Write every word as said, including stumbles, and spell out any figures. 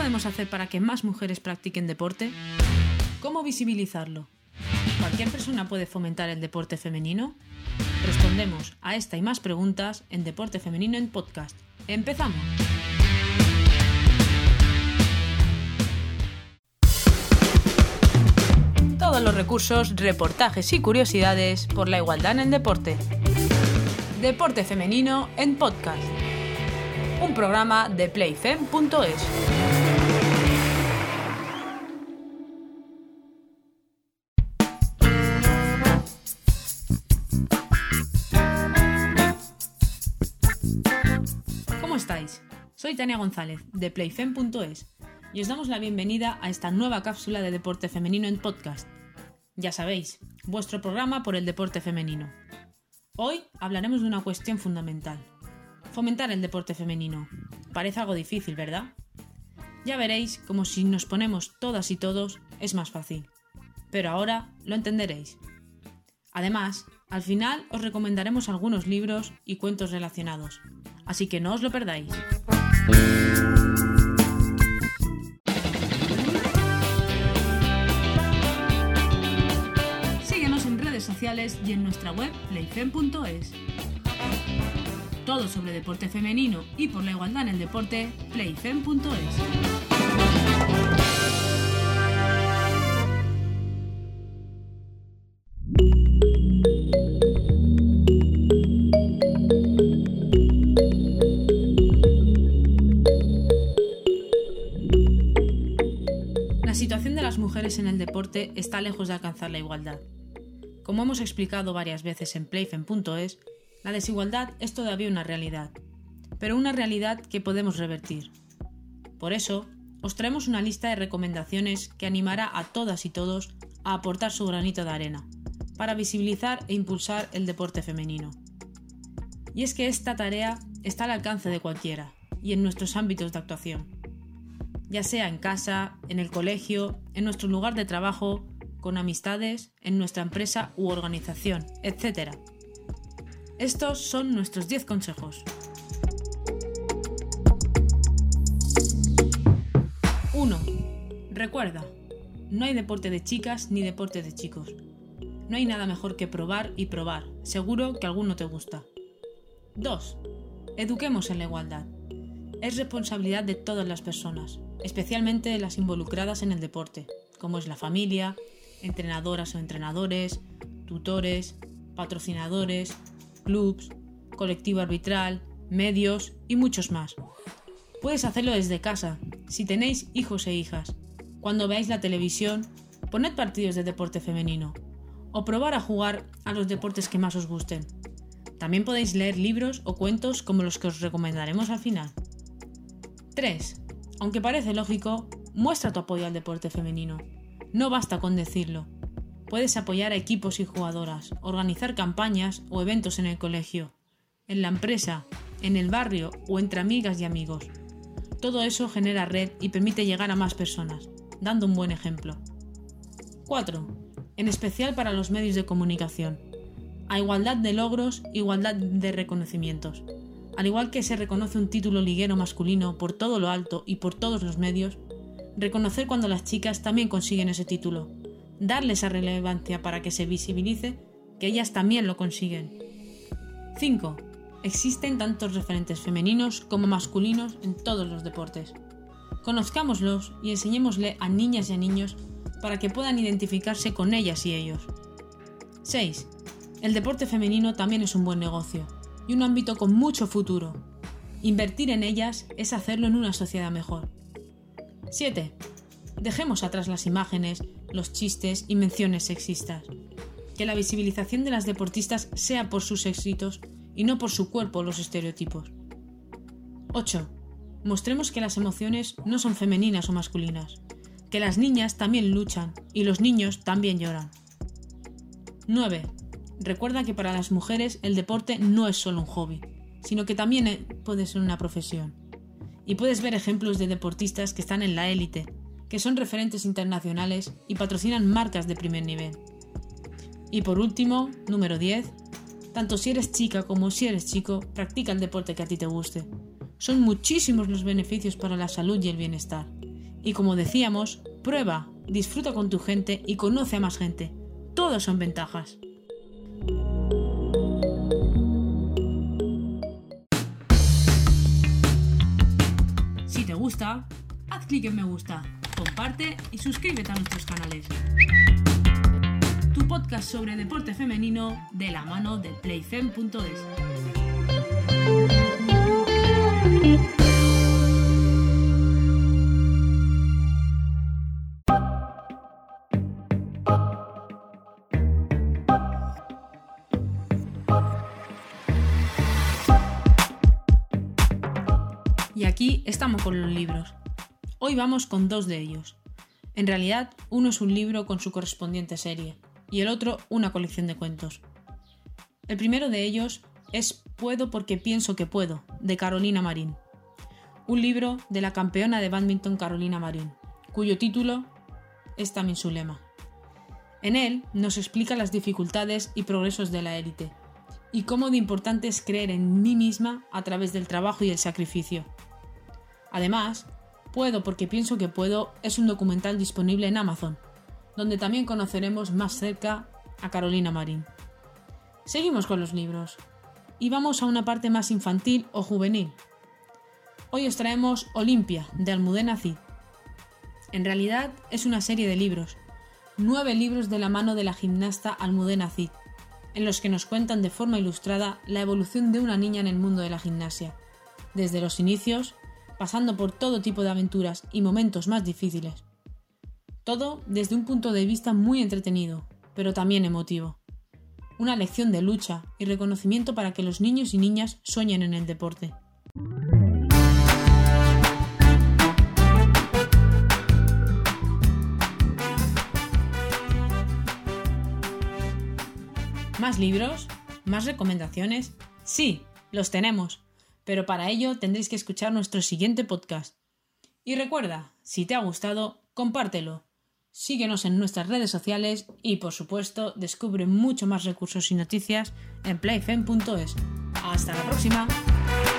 podemos hacer para que más mujeres practiquen deporte? ¿Cómo visibilizarlo? ¿Cualquier persona puede fomentar el deporte femenino? Respondemos a esta y más preguntas en Deporte Femenino en Podcast. ¡Empezamos! Todos los recursos, reportajes y curiosidades por la igualdad en el deporte. Deporte Femenino en Podcast. Un programa de playfem punto es. ¿Cómo estáis? Soy Tania González, de playfem punto es, y os damos la bienvenida a esta nueva cápsula de Deporte Femenino en Podcast. Ya sabéis, vuestro programa por el deporte femenino. Hoy hablaremos de una cuestión fundamental. Fomentar el deporte femenino. Parece algo difícil, ¿verdad? Ya veréis como si nos ponemos todas y todos es más fácil. Pero ahora lo entenderéis. Además, al final os recomendaremos algunos libros y cuentos relacionados. Así que no os lo perdáis. Síguenos en redes sociales y en nuestra web playfem punto es. Todo sobre deporte femenino y por la igualdad en el deporte, playfem punto es. La situación de las mujeres en el deporte está lejos de alcanzar la igualdad. Como hemos explicado varias veces en playfem punto es, la desigualdad es todavía una realidad, pero una realidad que podemos revertir. Por eso, os traemos una lista de recomendaciones que animará a todas y todos a aportar su granito de arena, para visibilizar e impulsar el deporte femenino. Y es que esta tarea está al alcance de cualquiera, y en nuestros ámbitos de actuación. Ya sea en casa, en el colegio, en nuestro lugar de trabajo, con amistades, en nuestra empresa u organización, etcétera. Estos son nuestros diez consejos. uno. Recuerda, no hay deporte de chicas ni deporte de chicos. No hay nada mejor que probar y probar. Seguro que alguno te gusta. dos. Eduquemos en la igualdad. Es responsabilidad de todas las personas, especialmente las involucradas en el deporte, como es la familia, entrenadoras o entrenadores, tutores, patrocinadores, clubs, colectivo arbitral, medios y muchos más. Puedes hacerlo desde casa, si tenéis hijos e hijas. Cuando veáis la televisión, poned partidos de deporte femenino o probar a jugar a los deportes que más os gusten. También podéis leer libros o cuentos como los que os recomendaremos al final. tres. Aunque parece lógico, muestra tu apoyo al deporte femenino. No basta con decirlo. Puedes apoyar a equipos y jugadoras, organizar campañas o eventos en el colegio, en la empresa, en el barrio o entre amigas y amigos. Todo eso genera red y permite llegar a más personas, dando un buen ejemplo. cuatro. En especial para los medios de comunicación. A igualdad de logros, igualdad de reconocimientos. Al igual que se reconoce un título liguero masculino por todo lo alto y por todos los medios, reconocer cuando las chicas también consiguen ese título. Darle esa relevancia para que se visibilice que ellas también lo consiguen. cinco. Existen tantos referentes femeninos como masculinos en todos los deportes. Conozcámoslos y enseñémosle a niñas y a niños para que puedan identificarse con ellas y ellos. seis. El deporte femenino también es un buen negocio y un ámbito con mucho futuro. Invertir en ellas es hacerlo en una sociedad mejor. siete. Dejemos atrás las imágenes, los chistes y menciones sexistas. Que la visibilización de las deportistas sea por sus éxitos y no por su cuerpo o los estereotipos. ocho. Mostremos que las emociones no son femeninas o masculinas, que las niñas también luchan y los niños también lloran. nueve. Recuerda que para las mujeres el deporte no es solo un hobby, sino que también puede ser una profesión. Y puedes ver ejemplos de deportistas que están en la élite, que son referentes internacionales y patrocinan marcas de primer nivel. Y por último, número diez, tanto si eres chica como si eres chico, practica el deporte que a ti te guste. Son muchísimos los beneficios para la salud y el bienestar, Y como decíamos, prueba, disfruta con tu gente y conoce a más gente. Todos son ventajas. Si te gusta, haz clic en me gusta, comparte y suscríbete a nuestros canales. Tu podcast sobre deporte femenino de la mano de playfem punto es. Y aquí estamos con los libros. Hoy vamos con dos de ellos. En realidad, uno es un libro con su correspondiente serie y el otro una colección de cuentos. El primero de ellos es Puedo porque pienso que puedo, de Carolina Marín. Un libro de la campeona de bádminton Carolina Marín, cuyo título es también su lema. En él nos explica las dificultades y progresos de la élite y cómo de importante es creer en mí misma a través del trabajo y el sacrificio. Además, Puedo porque pienso que puedo es un documental disponible en Amazon, donde también conoceremos más cerca a Carolina Marín. Seguimos con los libros y vamos a una parte más infantil o juvenil. Hoy os traemos Olimpia, de Almudena Cid. En realidad es una serie de libros, nueve libros de la mano de la gimnasta Almudena Cid, en los que nos cuentan de forma ilustrada la evolución de una niña en el mundo de la gimnasia, desde los inicios, pasando por todo tipo de aventuras y momentos más difíciles. Todo desde un punto de vista muy entretenido, pero también emotivo. Una lección de lucha y reconocimiento para que los niños y niñas sueñen en el deporte. ¿Más libros? ¿Más recomendaciones? Sí, los tenemos. Pero para ello tendréis que escuchar nuestro siguiente podcast. Y recuerda, si te ha gustado, compártelo. Síguenos en nuestras redes sociales y, por supuesto, descubre mucho más recursos y noticias en playfem punto es. ¡Hasta la próxima!